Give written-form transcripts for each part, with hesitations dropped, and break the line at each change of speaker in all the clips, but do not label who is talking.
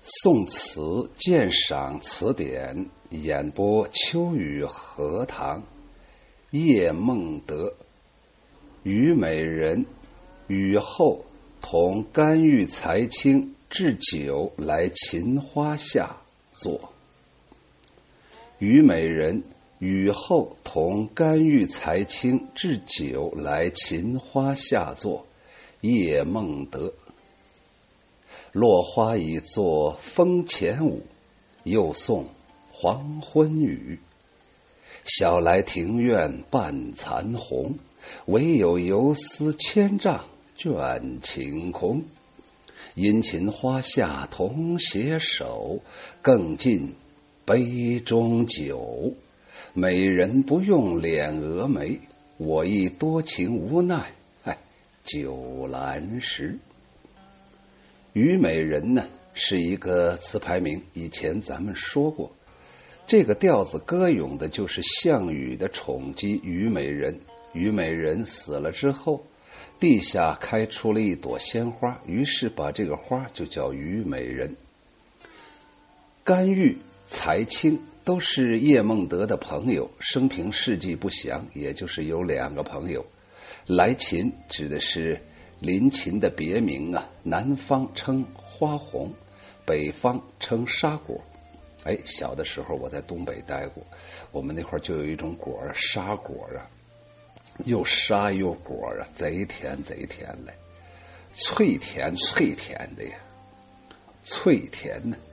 宋词鉴赏词典演播秋雨荷塘。叶梦得。虞美人，雨后同甘玉才清置酒来秦花下坐。虞美人，雨后同甘玉才清置酒来秦花下坐。叶梦得。落花已作风前舞，又送黄昏雨。晓来庭院半残红，唯有游丝千丈卷晴空。殷勤花下同携手，更尽杯中酒。美人不用敛蛾眉，我亦多情无奈，酒阑时。虞美人呢，是一个词牌名，以前咱们说过。这个调子歌咏的就是项羽的宠姬虞美人。虞美人死了之后，地下开出了一朵鲜花，于是把这个花就叫虞美人。甘玉、才清都是叶梦得的朋友，生平事迹不详，也就是有两个朋友。来秦指的是临秦的别名啊，南方称花红，北方称沙果。小的时候我在东北待过，我们那块就有一种果儿，沙果啊，又沙又果啊，贼甜贼甜嘞，脆甜脆甜的呀，脆甜呢。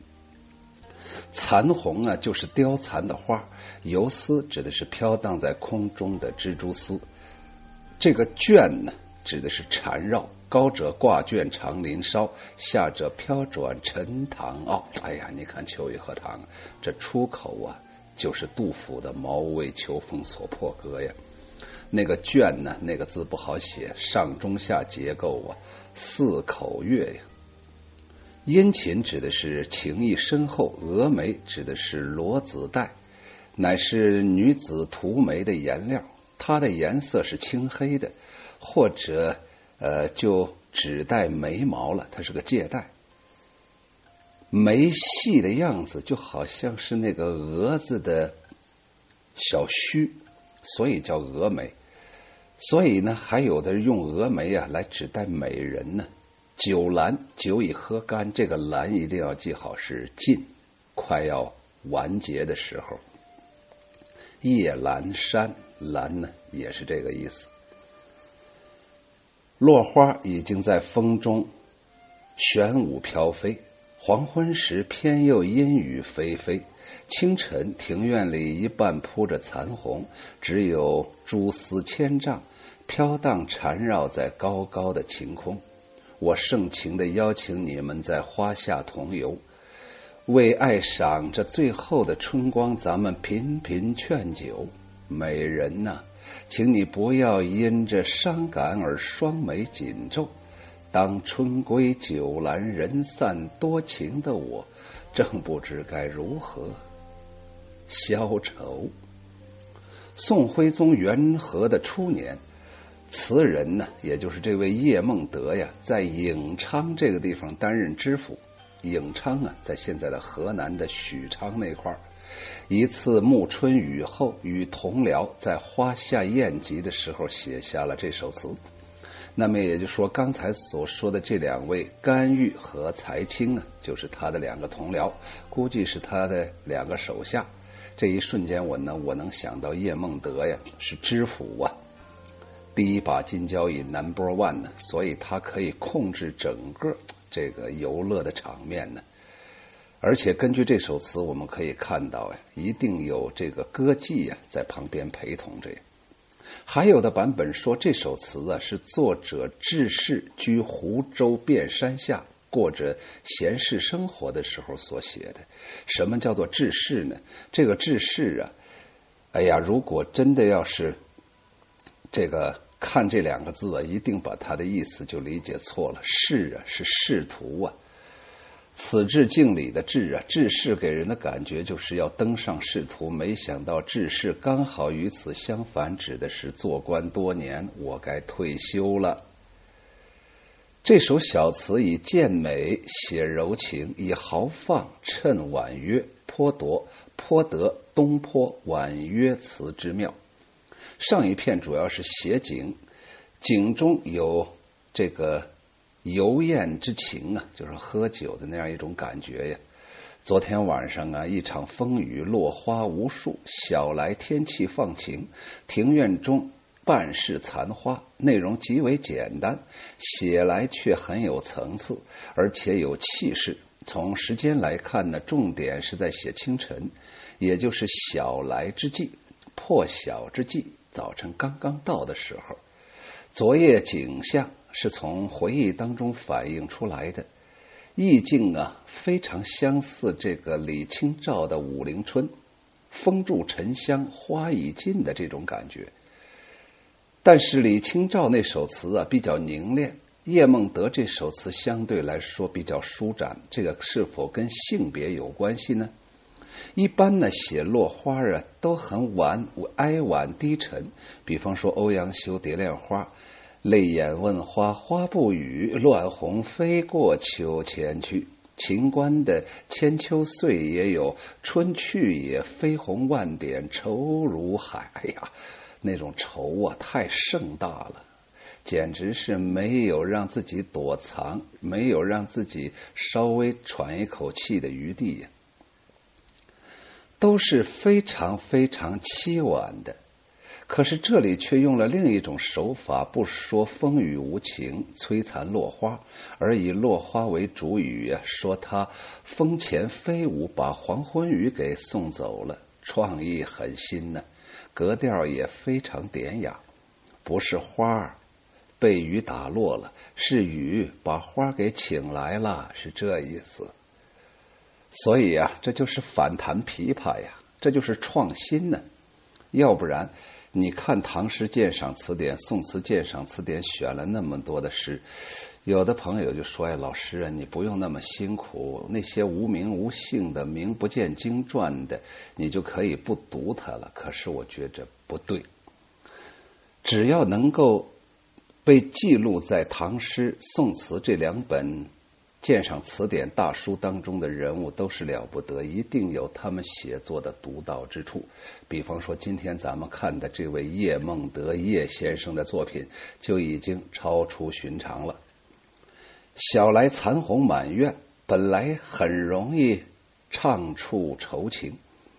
残红啊，就是凋残的花，游丝指的是飘荡在空中的蜘蛛丝，这个卷呢，指的是缠绕，高者挂卷长林梢，下者飘转沉塘坳。你看秋雨荷塘这出口啊，就是杜甫的茅屋为秋风所破歌呀。那个卷呢，那个字不好写，上中下结构啊，四口月呀。殷勤指的是情意深厚，蛾眉指的是罗子带，乃是女子涂眉的颜料，它的颜色是青黑的，或者就只带眉毛了，它是个借带。眉细的样子就好像是那个蛾子的小须，所以叫蛾眉。所以呢，还有的用蛾眉啊来指代美人呢。酒阑，酒已喝干，这个阑一定要记好，是尽，快要完结的时候。夜阑珊，阑呢也是这个意思。落花已经在风中玄舞飘飞，黄昏时偏又阴雨霏霏。清晨庭院里一半铺着残红，只有蛛丝千丈，飘荡缠绕在高高的晴空。我盛情地邀请你们在花下同游，为爱赏这最后的春光，咱们频频劝酒。美人呐，请你不要因着伤感而双眉紧皱。当春归酒阑人散多情的我，正不知该如何消愁。宋徽宗元和的初年，词人呢，也就是这位叶梦得呀，在颍昌这个地方担任知府。颍昌啊，在现在的河南的许昌那块儿。一次暮春雨后，与同僚在花下宴集的时候，写下了这首词。那么也就是说，刚才所说的这两位甘玉和才清呢，就是他的两个同僚，估计是他的两个手下。这一瞬间我能想到叶梦得呀，是知府啊，第一把金交椅 No.1 呢，所以他可以控制整个这个游乐的场面呢。而且根据这首词，我们可以看到一定有这个歌妓在旁边陪同着。还有的版本说这首词是作者志士居湖州汴山下，过着闲适生活的时候所写的。什么叫做志士呢？这个志士如果真的要是这个看这两个字一定把它的意思就理解错了。仕是仕途啊，此致敬礼的致志士给人的感觉就是要登上仕途，没想到志士刚好与此相反，指的是做官多年，我该退休了。 这首小词以健美写柔情，以豪放衬婉约，颇得东坡婉约词之妙。上一片主要是写景，景中有这个游宴之情啊，就是喝酒的那样一种感觉呀。昨天晚上啊，一场风雨，落花无数，晓来天气放晴，庭院中半是残花，内容极为简单，写来却很有层次，而且有气势。从时间来看呢，重点是在写清晨，也就是晓来之际，破晓之际，早晨刚刚到的时候。昨夜景象是从回忆当中反映出来的，意境啊非常相似这个李清照的《武陵春》，风住沉香花已尽的这种感觉。但是李清照那首词啊比较凝练，叶梦得这首词相对来说比较舒展，这个是否跟性别有关系呢？一般呢写落花啊都很哀婉低沉，比方说欧阳修《蝶恋花》，泪眼问花花不语，乱红飞过秋千去。秦观的《千秋岁》也有春去也飞红万点愁如海。哎呀，那种愁啊太盛大了，简直是没有让自己躲藏，没有让自己稍微喘一口气的余地呀。都是非常非常凄婉的，可是这里却用了另一种手法，不说风雨无情摧残落花，而以落花为主语啊，说它风前飞舞，把黄昏雨给送走了，创意很新呢，格调也非常典雅。不是花被雨打落了，是雨把花给请来了，是这意思。所以啊，这就是反弹琵琶呀，这就是创新呢。要不然你看唐诗鉴赏词典、宋词鉴赏词典选了那么多的诗，有的朋友就说，哎，老师啊，你不用那么辛苦，那些无名无姓的名不见经传的你就可以不读它了。可是我觉着不对，只要能够被记录在唐诗宋词这两本鉴赏词典大书当中的人物都是了不得，一定有他们写作的独到之处。比方说今天咱们看的这位叶梦得叶先生的作品就已经超出寻常了。晓来残红满院，本来很容易唱出愁情，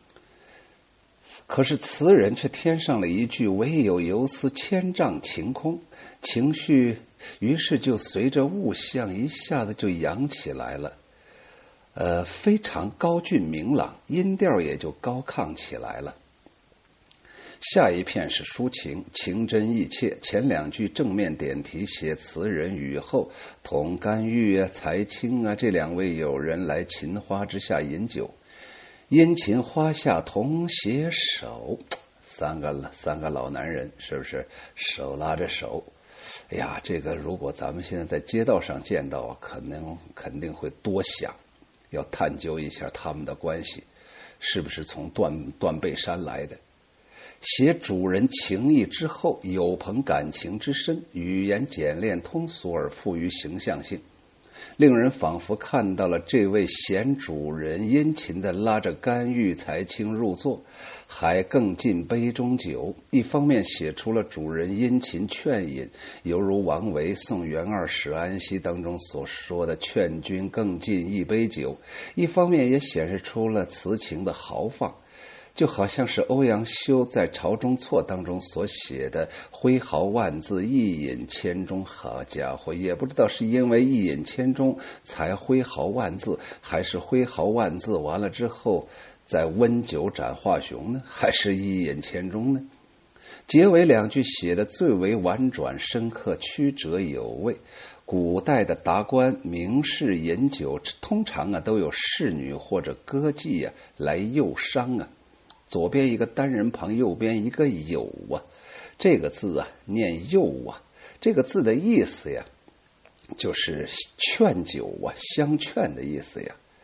可是词人却添上了一句唯有游丝千丈晴空，情绪于是就随着物象一下子就扬起来了，非常高峻明朗，音调也就高亢起来了。下一片是抒情，情真意切，前两句正面点题，写词人雨后同甘玉啊、才清啊这两位友人来秦花之下饮酒，殷勤花下同携手，三个老男人，是不是手拉着手？哎呀，这个如果咱们现在在街道上见到，肯定会多想，要探究一下他们的关系是不是从断背山来的。写主人情谊之后，有朋感情之深，语言简练通俗而富于形象性，令人仿佛看到了这位贤主人殷勤地拉着甘玉才清入座，还更尽杯中酒。一方面写出了主人殷勤劝饮，犹如王维送元二使安西当中所说的劝君更尽一杯酒，一方面也显示出了词情的豪放，就好像是欧阳修在《朝中错》当中所写的挥毫万字一饮千钟。好家伙，也不知道是因为一饮千钟才挥毫万字，还是挥毫万字完了之后再温酒斩华雄呢，还是一饮千钟呢？结尾两句写的最为婉转深刻，曲折有味。古代的达官名士饮酒通常都有侍女或者歌妓来诱商啊，左边一个单人旁，右边一个友啊，这个字念诱啊，这个字的意思呀就是劝酒相劝的意思呀。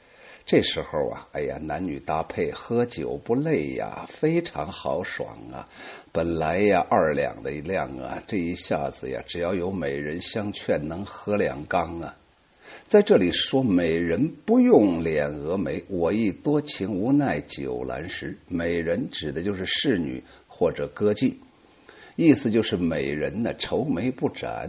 这时候啊，哎呀，男女搭配喝酒不累呀，非常豪爽啊。本来呀2两的一辆啊，这一下子呀，只要有美人相劝，能喝2缸啊。在这里说美人不用敛蛾眉，我亦多情无奈酒阑时。美人指的就是侍女或者歌妓，意思就是美人呢愁眉不展，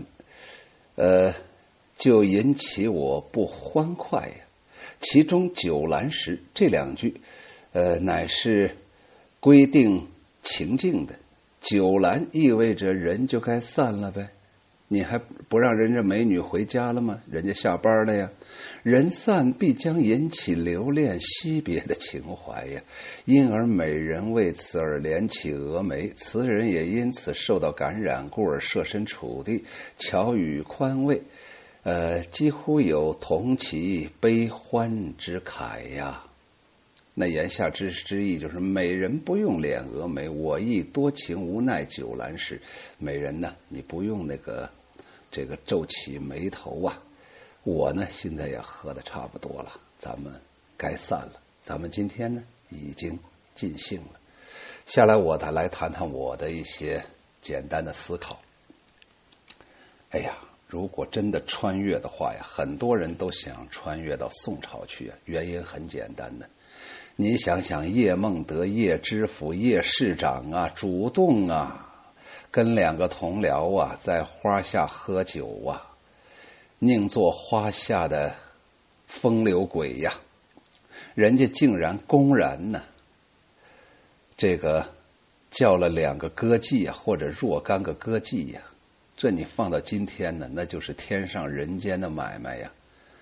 就引起我不欢快呀。其中酒阑时这2句，乃是规定情境的。酒阑意味着人就该散了呗，你还不让人家美女回家了吗？人家下班了呀。人散必将引起留恋惜别的情怀呀，因而美人为此而敛起蛾眉，词人也因此受到感染，故而设身处地，巧语宽慰，几乎有同其悲欢之慨呀。那言下之意就是美人不用敛蛾眉，我亦多情无奈酒阑时。美人呢，你不用这个皱起眉头啊。我呢现在也喝得差不多了，咱们该散了。咱们今天呢已经尽兴了，下来我来谈谈我的一些简单的思考。哎呀，如果真的穿越的话呀，很多人都想穿越到宋朝去啊。原因很简单的，你想想叶梦得、叶知府、叶市长啊，主动啊跟2个同僚啊在花下喝酒啊，宁做花下的风流鬼呀，人家竟然公然呢这个叫了2个歌妓啊，或者若干个歌妓呀，这你放到今天呢，那就是天上人间的买卖呀。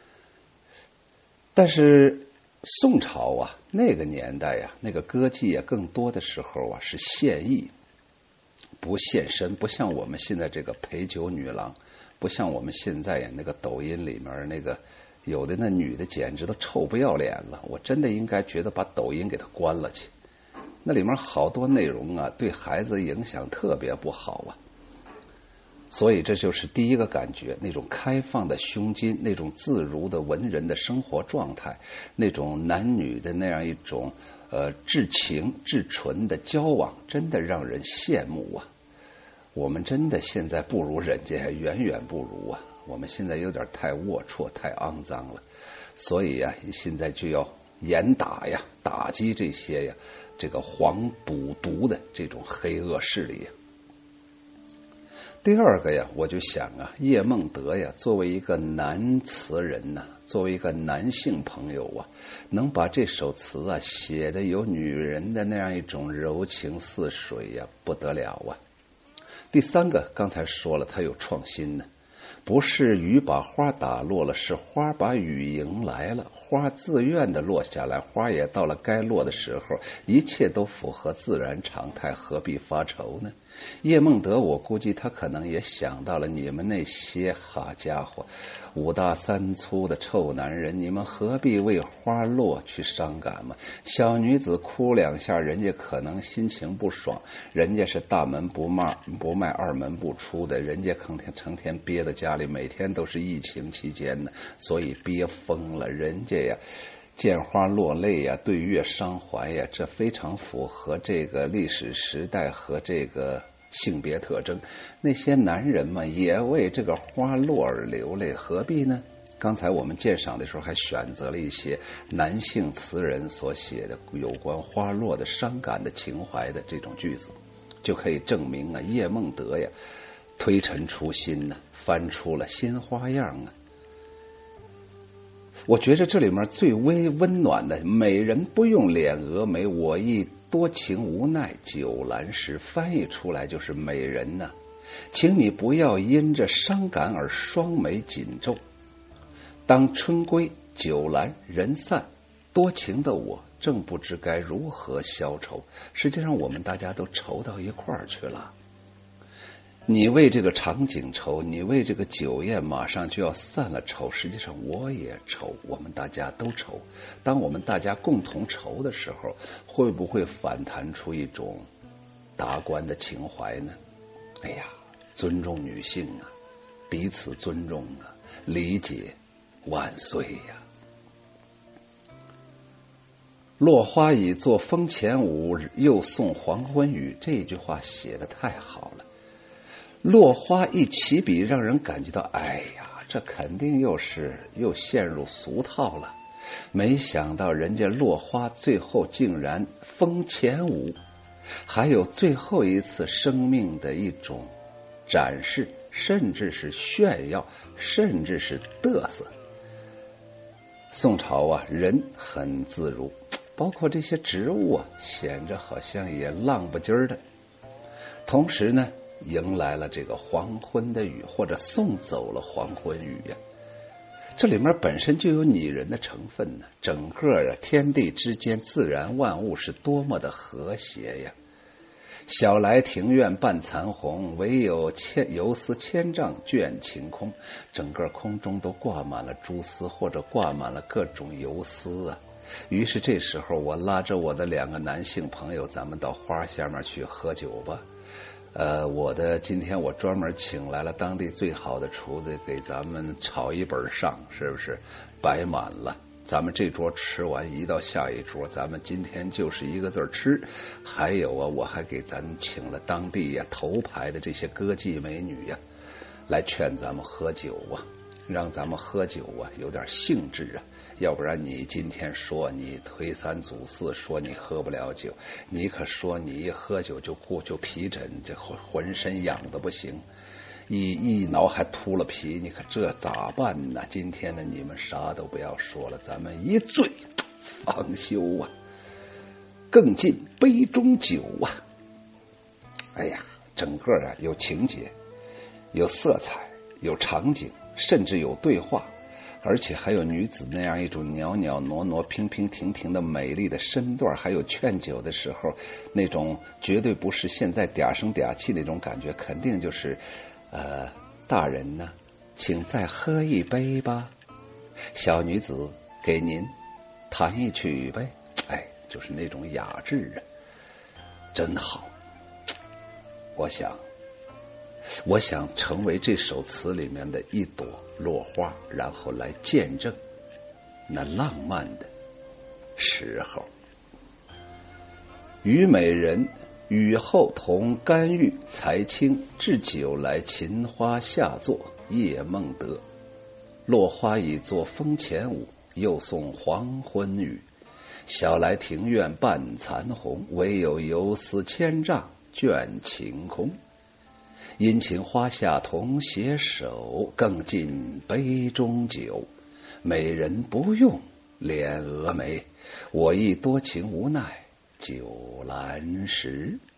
但是宋朝啊，那个年代呀，那个歌妓啊，更多的时候啊是现役，不现身，不像我们现在这个陪酒女郎，不像我们现在呀那个抖音里面那个有的那女的简直都臭不要脸了，我真的应该觉得把抖音给它关了去。那里面好多内容啊，对孩子影响特别不好啊。所以这就是第一个感觉，那种开放的胸襟，那种自如的文人的生活状态，那种男女的那样一种至情至纯的交往，真的让人羡慕啊。我们真的现在不如人家，远远不如啊。我们现在有点太龌龊太肮脏了，所以啊现在就要严打呀，打击这些呀这个黄赌毒的这种黑恶势力呀。第二个呀，我就想啊，叶梦得呀，作为一个男词人呐，作为一个男性朋友啊，能把这首词啊写得有女人的那样一种柔情似水呀，不得了啊。第三个，刚才说了，他有创新呢，不是雨把花打落了，是花把雨迎来了，花自愿的落下来，花也到了该落的时候，一切都符合自然常态，何必发愁呢？叶梦得我估计他可能也想到了你们那些好家伙5大3粗的臭男人，你们何必为花落去伤感嘛？小女子哭2下，人家可能心情不爽，人家是大门不迈二门不出的，人家成天憋在家里，每天都是疫情期间呢，所以憋疯了。人家呀见花落泪呀，对月伤怀呀，这非常符合这个历史时代和这个性别特征。那些男人嘛，也为这个花落而流泪，何必呢？刚才我们鉴赏的时候还选择了一些男性词人所写的有关花落的伤感的情怀的这种句子，就可以证明啊，叶梦得呀推陈出新呢，翻出了新花样啊。我觉得这里面最温暖的，美人不用敛蛾眉，我亦多情无奈酒阑时，翻译出来就是美人呐，请你不要因着伤感而双眉紧皱。当春归酒阑人散，多情的我正不知该如何消愁。实际上我们大家都愁到一块儿去了。你为这个场景愁，你为这个酒宴马上就要散了愁，实际上我也愁，我们大家都愁。当我们大家共同愁的时候，会不会反弹出一种达观的情怀呢？哎呀，尊重女性啊，彼此尊重啊，理解万岁呀。 落花已作风前舞，又送黄昏雨。这句话写得太好了。落花一起笔，让人感觉到，哎呀，这肯定又陷入俗套了。没想到人家落花最后竟然风前舞，还有最后一次生命的一种展示，甚至是炫耀，甚至是嘚瑟。宋朝啊，人很自如，包括这些植物啊，显着好像也浪不劲儿的。同时呢，迎来了这个黄昏的雨，或者送走了黄昏雨呀。这里面本身就有拟人的成分呢。整个啊，天地之间，自然万物是多么的和谐呀！晓来庭院半残红，唯有游丝千丈卷晴空。整个空中都挂满了蛛丝，或者挂满了各种游丝啊。于是这时候，我拉着我的2个男性朋友，咱们到花下面去喝酒吧。今天我专门请来了当地最好的厨子，给咱们炒一本上，是不是摆满了？咱们这桌吃完，移到下一桌，咱们今天就是一个字吃。还有啊，我还给咱请了当地呀头牌的这些歌妓美女呀，来劝咱们喝酒啊，让咱们喝酒啊有点兴致啊。要不然你今天说你推三阻四，说你喝不了酒，你可说你一喝酒就皮疹，这浑身痒的不行，一挠还秃了皮，你看这咋办呢？今天呢，你们啥都不要说了，咱们一醉方休啊，更尽杯中酒啊。哎呀，整个啊有情节，有色彩，有场景，甚至有对话。而且还有女子那样一种袅袅娜娜、娉娉婷婷的美丽的身段，还有劝酒的时候那种绝对不是现在嗲声嗲气那种感觉，肯定就是大人呢，请再喝一杯吧，小女子给您弹一曲呗。哎，就是那种雅致啊，真好。我想成为这首词里面的一朵落花，然后来见证那浪漫的时候。虞美人，雨后同甘玉，才清置酒来，秦花下作夜梦得。落花已作风前舞，又送黄昏雨。晓来庭院半残红，唯有游丝千丈卷晴空。殷勤花下同携手，更尽杯中酒。美人不用怜蛾眉，我亦多情无奈酒阑时。